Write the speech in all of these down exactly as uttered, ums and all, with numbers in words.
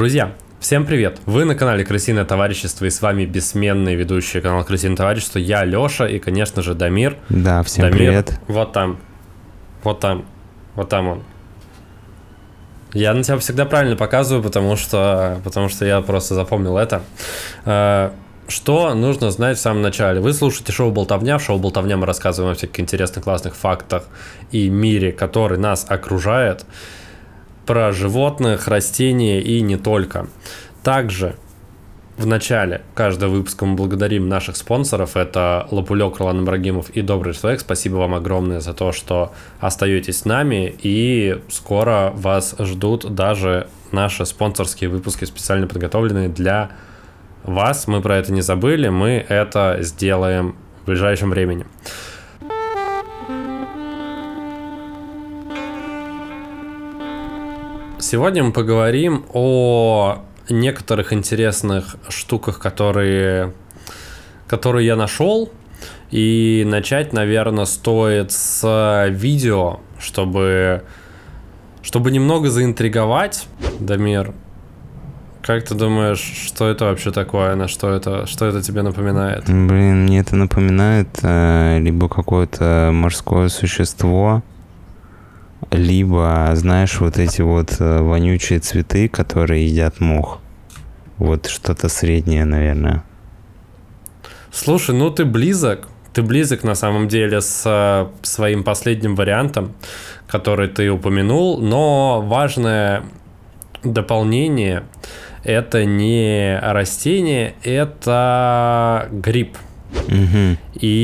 Друзья, всем привет! Вы на канале Крысиное Товарищество, и с вами бессменный ведущий канала Крысиное Товарищество. Я Лёша и, конечно же, Дамир. Да, всем Дамир, привет. Вот там, вот там, вот там он. Я на тебя всегда правильно показываю, потому что, потому что я просто запомнил это. Что нужно знать в самом начале? Вы слушаете шоу «Болтовня». В шоу «Болтовня» мы рассказываем о всяких интересных, классных фактах и мире, который нас окружает. Про животных, растения и не только. Также в начале каждого выпуска мы благодарим наших спонсоров. Это Лапулек, Ролан Ибрагимов и Добрый человек. Спасибо вам огромное за то, что остаетесь с нами. И скоро вас ждут даже наши спонсорские выпуски, специально подготовленные для вас. Мы про это не забыли. Мы это сделаем в ближайшем времени. Сегодня мы поговорим о некоторых интересных штуках, которые, которые я нашел. И начать, наверное, стоит с видео, чтобы, чтобы немного заинтриговать. Дамир, как ты думаешь, что это вообще такое? На что это, что это тебе напоминает? Блин, мне это напоминает э, либо какое-то морское существо, либо, знаешь, вот эти вот э, вонючие цветы, которые едят мух. Вот что-то среднее, наверное. Слушай, ну ты близок. Ты близок на самом деле с э, своим последним вариантом, который ты упомянул. Но важное дополнение – это не растение, это гриб. Угу.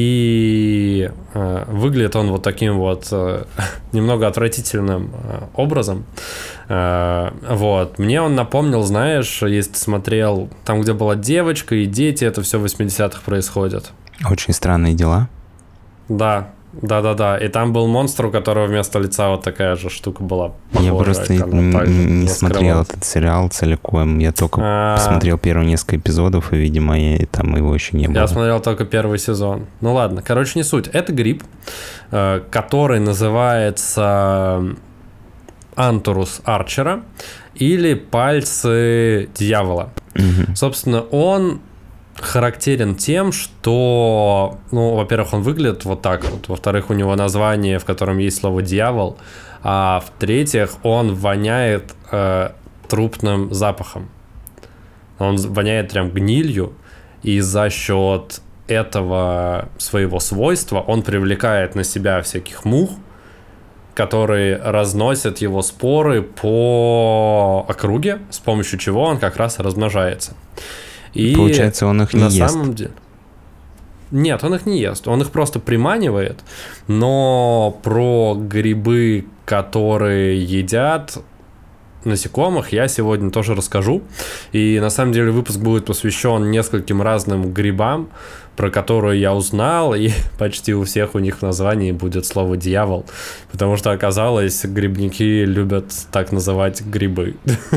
И э, выглядит он вот таким вот э, немного отвратительным э, образом. Э, вот. Мне он напомнил, знаешь, если ты смотрел там, где была девочка и дети, это все в восьмидесятых происходит. Очень странные дела. Да. Да-да-да, и там был монстр, у которого вместо лица вот такая же штука была. Я просто не смотрел этот сериал целиком. Я только А-а-а. посмотрел первые несколько эпизодов, и, видимо, я, там его еще не было. Я смотрел только первый сезон. Ну ладно, короче, не суть. Это гриб, который называется Anthurus archera или пальцы дьявола. Угу. Собственно, он характерен тем, что, ну, во-первых, он выглядит вот так вот, во-вторых, у него название, в котором есть слово «дьявол», а в-третьих, он воняет э, трупным запахом. Он воняет прям гнилью, и за счет этого своего свойства он привлекает на себя всяких мух, которые разносят его споры по округе, с помощью чего он как раз размножается. И получается, он их не на ест. На самом деле... Нет, он их не ест. Он их просто приманивает. Но про грибы, которые едят насекомых, я сегодня тоже расскажу. И на самом деле выпуск будет посвящен нескольким разным грибам, про которые я узнал, и почти у всех у них в названии будет слово «дьявол», потому что оказалось, грибники любят так называть грибы.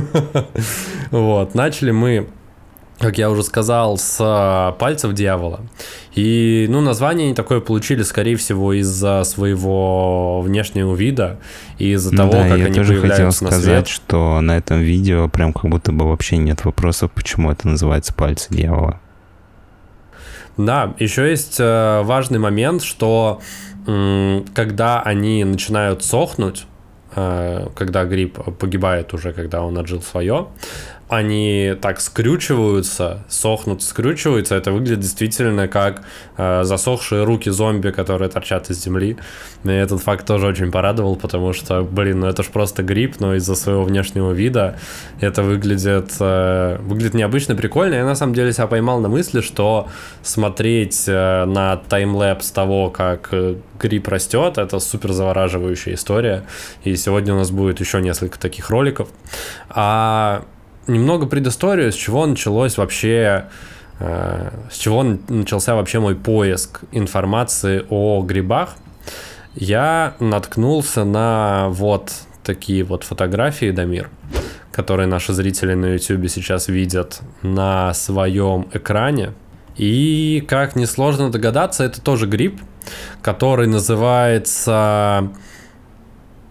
Вот, начали мы, как я уже сказал, с пальцев дьявола. И, ну, название они такое получили, скорее всего, из-за своего внешнего вида и из-за ну того, да, как я они тоже появляются хотел на сказать, свет. что на этом видео прям как будто бы вообще нет вопросов, почему это называется пальцы дьявола. Да, еще есть важный момент, что когда они начинают сохнуть, когда гриб погибает уже, когда он отжил свое, они так скрючиваются, сохнут, скрючиваются. Это выглядит действительно как э, засохшие руки зомби, которые торчат из земли. И этот факт тоже очень порадовал, потому что, блин, ну это ж просто гриб, но из-за своего внешнего вида это выглядит, э, выглядит необычно прикольно. Я на самом деле себя поймал на мысли, что смотреть э, на таймлэпс того, как э, гриб растет, это супер завораживающая история. И сегодня у нас будет еще несколько таких роликов. А немного предысторию, с чего началось вообще, э, с чего начался вообще мой поиск информации о грибах. Я наткнулся на вот такие вот фотографии, Дамир, которые наши зрители на YouTube сейчас видят на своем экране. И, как несложно догадаться, это тоже гриб, который называется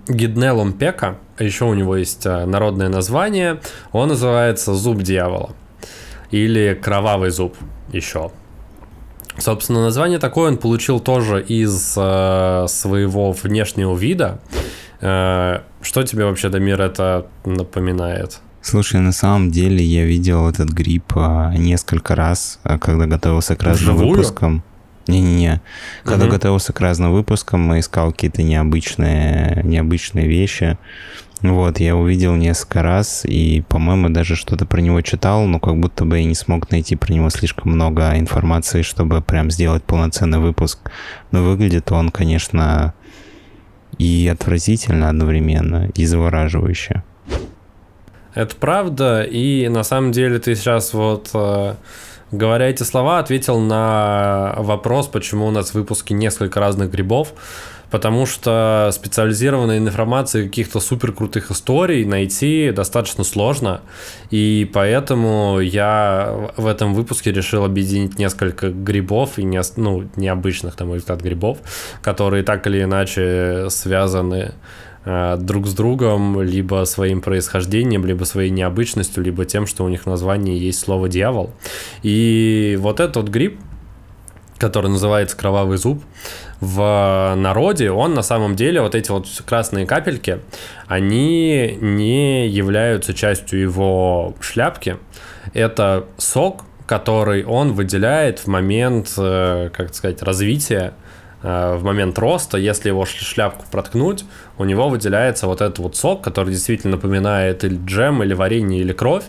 Гиднелум пека, а еще у него есть народное название, он называется зуб дьявола или кровавый зуб еще. Собственно, название такое он получил тоже из э, своего внешнего вида. Э, что тебе вообще, Дамир, это напоминает? Слушай, на самом деле я видел этот гриб а, несколько раз, а, когда готовился к разным Вживую? выпускам. Не-не-не. Когда Угу. готовился к разным выпускам, искал какие-то необычные, необычные вещи. Вот, я увидел несколько раз, и, по-моему, даже что-то про него читал, но как будто бы я не смог найти про него слишком много информации, чтобы прям сделать полноценный выпуск. Но выглядит он, конечно, и отвратительно одновременно, и завораживающе. Это правда, и на самом деле ты сейчас вот, э, говоря эти слова, ответил на вопрос, почему у нас в выпуске несколько разных грибов, потому что специализированной информации, каких-то супер крутых историй найти достаточно сложно, и поэтому я в этом выпуске решил объединить несколько грибов, и не, ну, необычных, на мой взгляд, грибов, которые так или иначе связаны друг с другом, либо своим происхождением, либо своей необычностью, либо тем, что у них в названии есть слово «дьявол». И вот этот гриб, который называется кровавый зуб, в народе, он на самом деле, вот эти вот красные капельки, они не являются частью его шляпки. Это сок, который он выделяет в момент, как сказать, развития, в момент роста. Если его шляпку проткнуть, у него выделяется вот этот вот сок, который действительно напоминает или джем, или варенье, или кровь.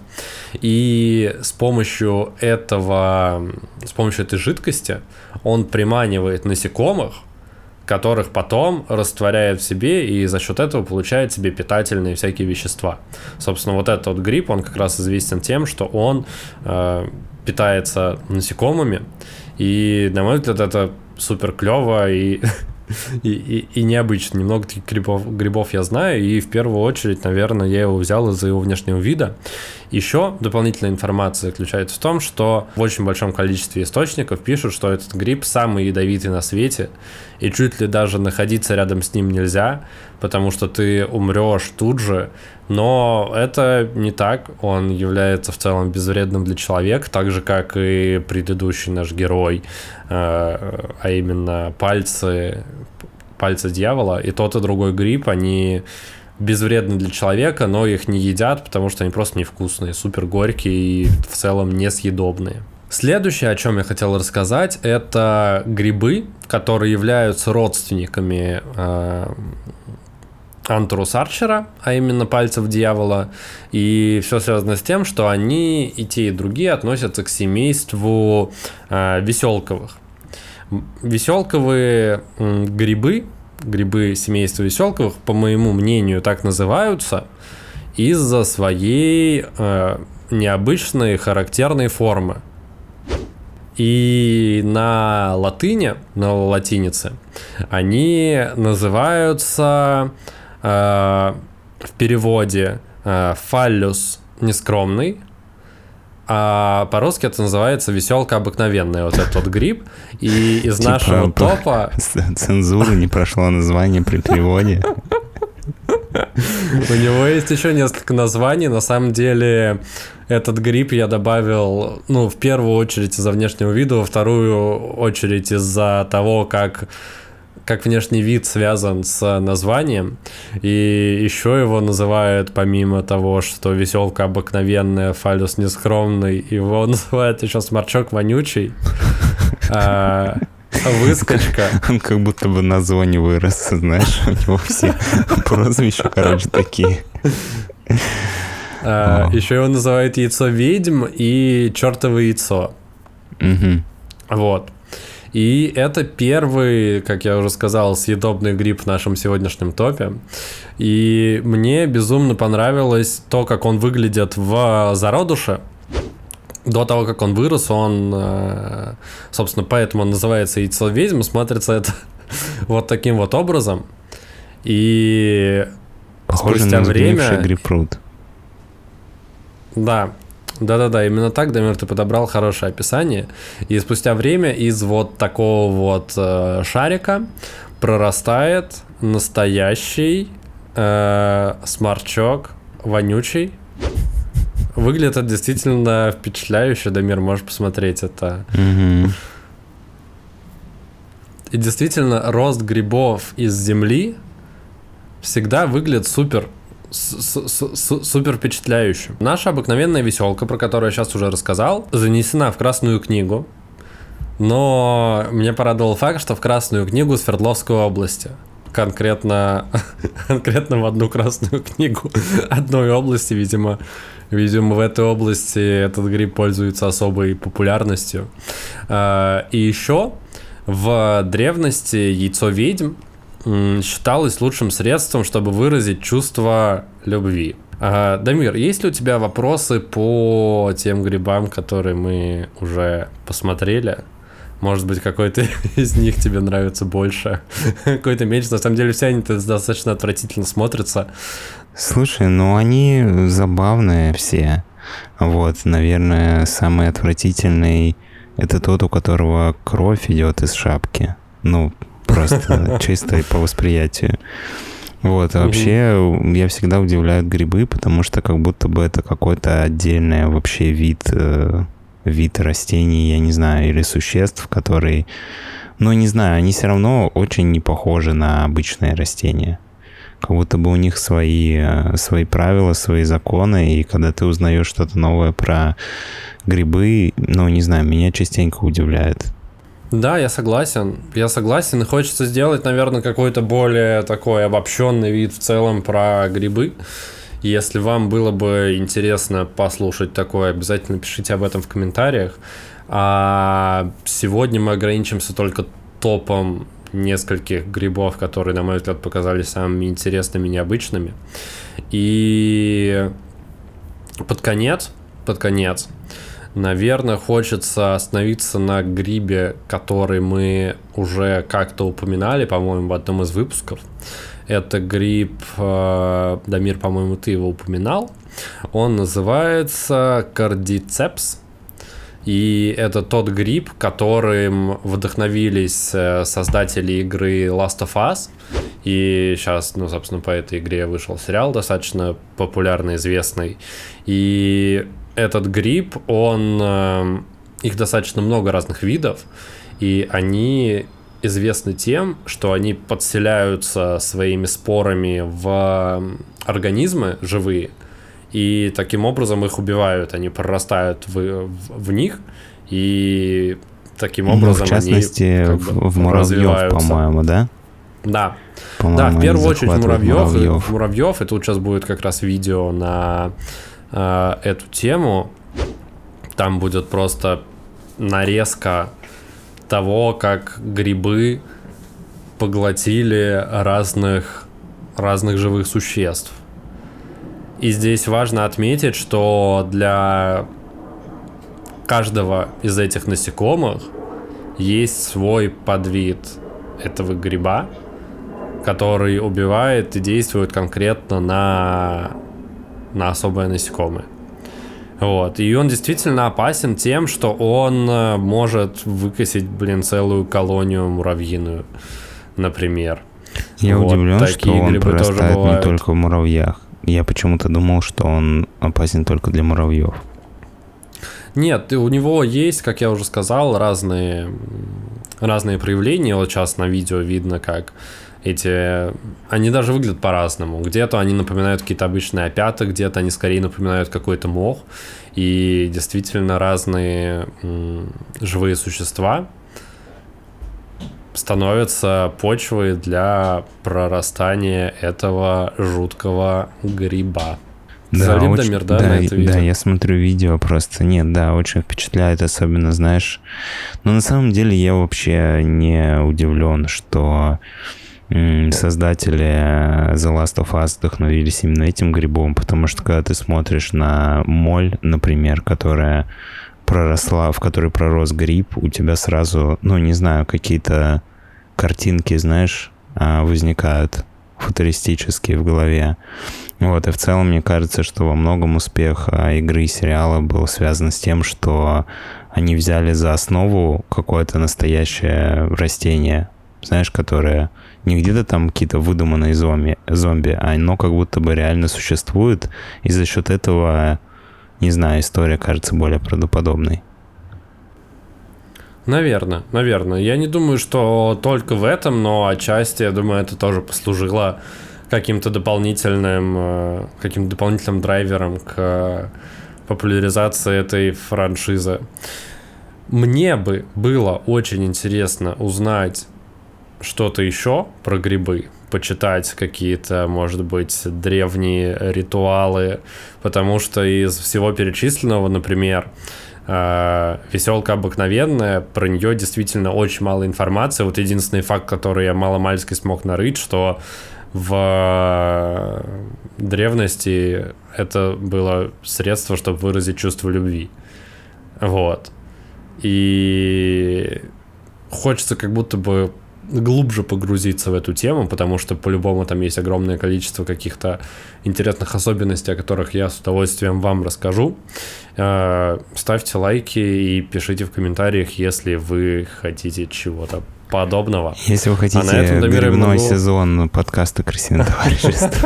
И с помощью этого, с помощью этой жидкости он приманивает насекомых, которых потом растворяет в себе, и за счет этого получает себе питательные всякие вещества. Собственно, вот этот вот гриб, он как раз известен тем, что он э, питается насекомыми, и, на мой взгляд, это супер клево и, и, и, и необычно. Немного таких грибов, грибов я знаю, и в первую очередь, наверное, я его взял из-за его внешнего вида. Еще дополнительная информация заключается в том, что в очень большом количестве источников пишут, что этот гриб самый ядовитый на свете, и чуть ли даже находиться рядом с ним нельзя, потому что ты умрешь тут же. Но это не так, он является в целом безвредным для человека, так же, как и предыдущий наш герой, а именно пальцы, пальцы дьявола. И тот, и другой гриб, они безвредны для человека, но их не едят, потому что они просто невкусные, супер горькие и в целом несъедобные. Следующее, о чем я хотел рассказать, это грибы, которые являются родственниками э, Антрус арчера, а именно пальцев дьявола. И все связано с тем, что они и те, и другие относятся к семейству э, веселковых. Веселковые э, грибы, грибы семейства веселковых, по моему мнению, так называются из-за своей э, необычной характерной формы. И на латыни, на латинице, они называются э, в переводе э, фаллюс нескромный, а по-русски это называется веселка обыкновенная, вот этот вот гриб. И из типа нашего топа... Цензура не прошла название при переводе. У него есть еще несколько названий. На самом деле, этот гриб я добавил, ну, в первую очередь из-за внешнего вида, во вторую очередь из-за того, как, как внешний вид связан с названием. И еще его называют, помимо того, что веселка обыкновенная, фаллюс нескромный, его называют еще сморчок вонючий. Выскочка. Он как будто бы на зоне вырос, знаешь, у него все прозвища, короче, такие. А, еще его называют яйцо ведьм и чертово яйцо. Угу. Вот. И это первый, как я уже сказал, съедобный гриб в нашем сегодняшнем топе. И мне безумно понравилось то, как он выглядит в зародыше. До того, как он вырос, он, собственно, поэтому он называется яйцо ведьм, смотрится это вот таким вот образом. И похоже спустя на время... грейпфрут. Да, да-да-да, именно так, Дамир, ты подобрал хорошее описание. И спустя время из вот такого вот шарика прорастает настоящий э, сморчок, вонючий. Выглядит это действительно впечатляюще. Дамир, можешь посмотреть это. Mm-hmm. И действительно, рост грибов из земли всегда выглядит супер, супер впечатляющим. Наша обыкновенная веселка, про которую я сейчас уже рассказал, занесена в Красную книгу. Но мне порадовал факт, что в Красную книгу Свердловской области. Конкретно, конкретно в одну Красную книгу одной области, видимо. Видимо, в этой области этот гриб пользуется особой популярностью. И еще в древности яйцо ведьм считалось лучшим средством, чтобы выразить чувство любви. Дамир, есть ли у тебя вопросы по тем грибам, которые мы уже посмотрели? Может быть, какой-то из них тебе нравится больше, какой-то меньше. На самом деле, все они достаточно отвратительно смотрятся. Слушай, ну они забавные все. Вот, наверное, самый отвратительный — это тот, у которого кровь идет из шапки. Ну, просто чисто по восприятию. Вот, а вообще я всегда удивляют грибы, потому что как будто бы это какой-то отдельный вообще вид... вид растений, я не знаю, или существ, которые, ну, не знаю, они все равно очень не похожи на обычные растения. Как будто бы у них свои, свои правила, свои законы, и когда ты узнаешь что-то новое про грибы, ну, не знаю, меня частенько удивляет. Да, я согласен. Я согласен, и хочется сделать, наверное, какой-то более такой обобщенный вид в целом про грибы. Если вам было бы интересно послушать такое, обязательно пишите об этом в комментариях. А сегодня мы ограничимся только топом нескольких грибов, которые, на мой взгляд, показались самыми интересными и необычными. И под конец, под конец, наверное, хочется остановиться на грибе, который мы уже как-то упоминали, по-моему, в одном из выпусков. Это гриб, э, Дамир, по-моему, ты его упоминал. Он называется кардицепс. И это тот гриб, которым вдохновились создатели игры Last of Us. И сейчас, ну, собственно, по этой игре вышел сериал достаточно популярный, известный. И этот гриб, он... Э, их достаточно много разных видов. И они... известны тем, что они подселяются своими спорами в организмы живые, и таким образом их убивают, они прорастают в, в, в них, и таким образом ну, в частности, они как в, бы в муравьев, по-моему, да? Да. По-моему, да, в первую очередь муравьев, муравьев. муравьев, и тут сейчас будет как раз видео на э, эту тему, там будет просто нарезка того, как грибы поглотили разных, разных живых существ. И здесь важно отметить, что для каждого из этих насекомых есть свой подвид этого гриба, который убивает и действует конкретно на, на особое насекомое. Вот. И он действительно опасен тем, что он может выкосить, блин, целую колонию муравьиную, например. Я вот. удивлен, Такие что он грибы тоже прорастает не бывают. только в муравьях. Я почему-то думал, что он опасен только для муравьев. Нет, у него есть, как я уже сказал, разные, разные проявления. Вот сейчас на видео видно, как эти... Они даже выглядят по-разному. Где-то они напоминают какие-то обычные опята, где-то они скорее напоминают какой-то мох. И действительно разные м, живые существа становятся почвой для прорастания этого жуткого гриба. Да, Залип, очень, Дамир, да, да, на это видео? Да, я смотрю видео просто. Нет, да, очень впечатляет, особенно, знаешь... Но на самом деле я вообще не удивлен, что м, создатели The Last of Us вдохновились именно этим грибом, потому что когда ты смотришь на моль, например, которая проросла, в которой пророс гриб, у тебя сразу, ну, не знаю, какие-то картинки, знаешь, возникают футуристические в голове. Вот, и в целом, мне кажется, что во многом успех игры и сериала был связан с тем, что они взяли за основу какое-то настоящее растение, знаешь, которое не где-то там какие-то выдуманные зомби, зомби, а оно как будто бы реально существует, и за счет этого, не знаю, история кажется более правдоподобной. Наверное, наверное. Я не думаю, что только в этом, но отчасти, я думаю, это тоже послужило каким-то дополнительным, каким-то дополнительным драйвером к популяризации этой франшизы. Мне бы было очень интересно узнать что-то еще про грибы, почитать какие-то, может быть, древние ритуалы, потому что из всего перечисленного, например, «Веселка обыкновенная», про нее действительно очень мало информации. Вот единственный факт, который я маломальски смог нарыть, что в древности это было средство, чтобы выразить чувство любви. Вот. И хочется как будто бы глубже погрузиться в эту тему, потому что по-любому там есть огромное количество каких-то интересных особенностей, о которых я с удовольствием вам расскажу. Ставьте лайки и пишите в комментариях, если вы хотите чего-то подобного. Если вы хотите а этом, Дамир, грибной могу... сезон подкаста «Крысиное товарищество».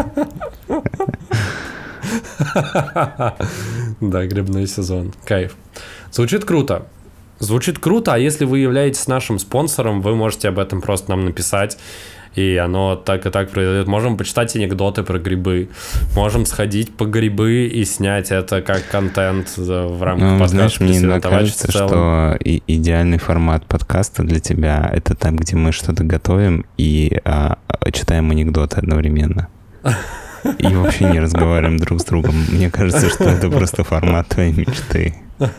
Да, грибной сезон. Кайф. Звучит круто. Звучит круто, а если вы являетесь нашим спонсором, вы можете об этом просто нам написать, и оно так и так произойдет. Можем почитать анекдоты про грибы, можем сходить по грибы и снять это как контент в рамках ну, подкаста. Знаешь, мне кажется, что и идеальный формат подкаста для тебя — это там, где мы что-то готовим и а, читаем анекдоты одновременно. И вообще не разговариваем друг с другом. Мне кажется, что это просто формат твоей мечты.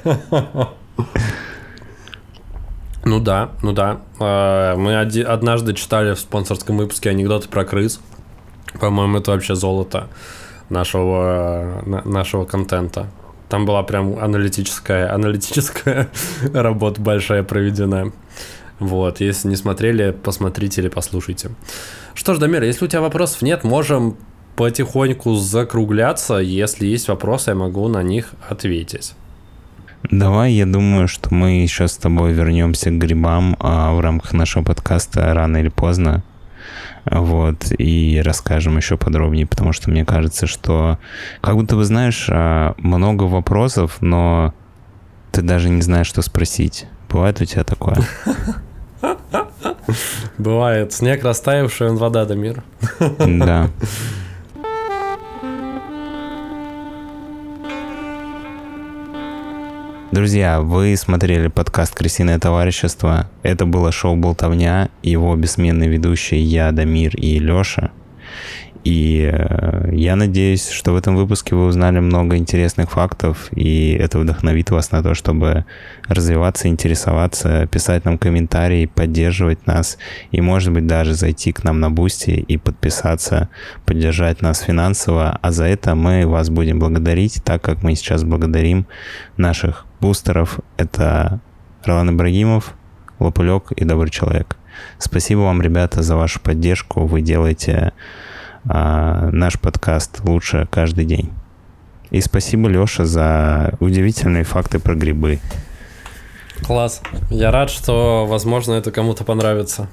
Ну да, ну да. Мы однажды читали в спонсорском выпуске анекдоты про крыс. По-моему, это вообще золото нашего, нашего контента. Там была прям аналитическая, аналитическая работа большая проведена. Вот, если не смотрели, посмотрите или послушайте. Что ж, Дамир, если у тебя вопросов нет, можем потихоньку закругляться. Если есть вопросы, я могу на них ответить. Давай, я думаю, что мы сейчас с тобой вернемся к грибам а, в рамках нашего подкаста рано или поздно. Вот, и расскажем еще подробнее, потому что мне кажется, что как будто бы, знаешь, много вопросов, но ты даже не знаешь, что спросить. Бывает у тебя такое? Бывает. Снег растаявший, он вода, Дамир. Да. Друзья, вы смотрели подкаст «Крысиное товарищество». Это было шоу «Болтовня», его бессменные ведущие я, Дамир и Леша. И э, я надеюсь, что в этом выпуске вы узнали много интересных фактов, и это вдохновит вас на то, чтобы развиваться, интересоваться, писать нам комментарии, поддерживать нас, и, может быть, даже зайти к нам на Бусти и подписаться, поддержать нас финансово. А за это мы вас будем благодарить, так как мы сейчас благодарим наших бустеров. Это Роман Ибрагимов, Лопулек и Добрый Человек. Спасибо вам, ребята, за вашу поддержку. Вы делаете а, наш подкаст лучше каждый день. И спасибо, Леша, за удивительные факты про грибы. Класс. Я рад, что, возможно, это кому-то понравится.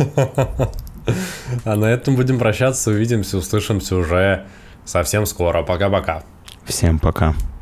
А на этом будем прощаться. Увидимся, услышимся уже совсем скоро. Пока-пока. Всем пока.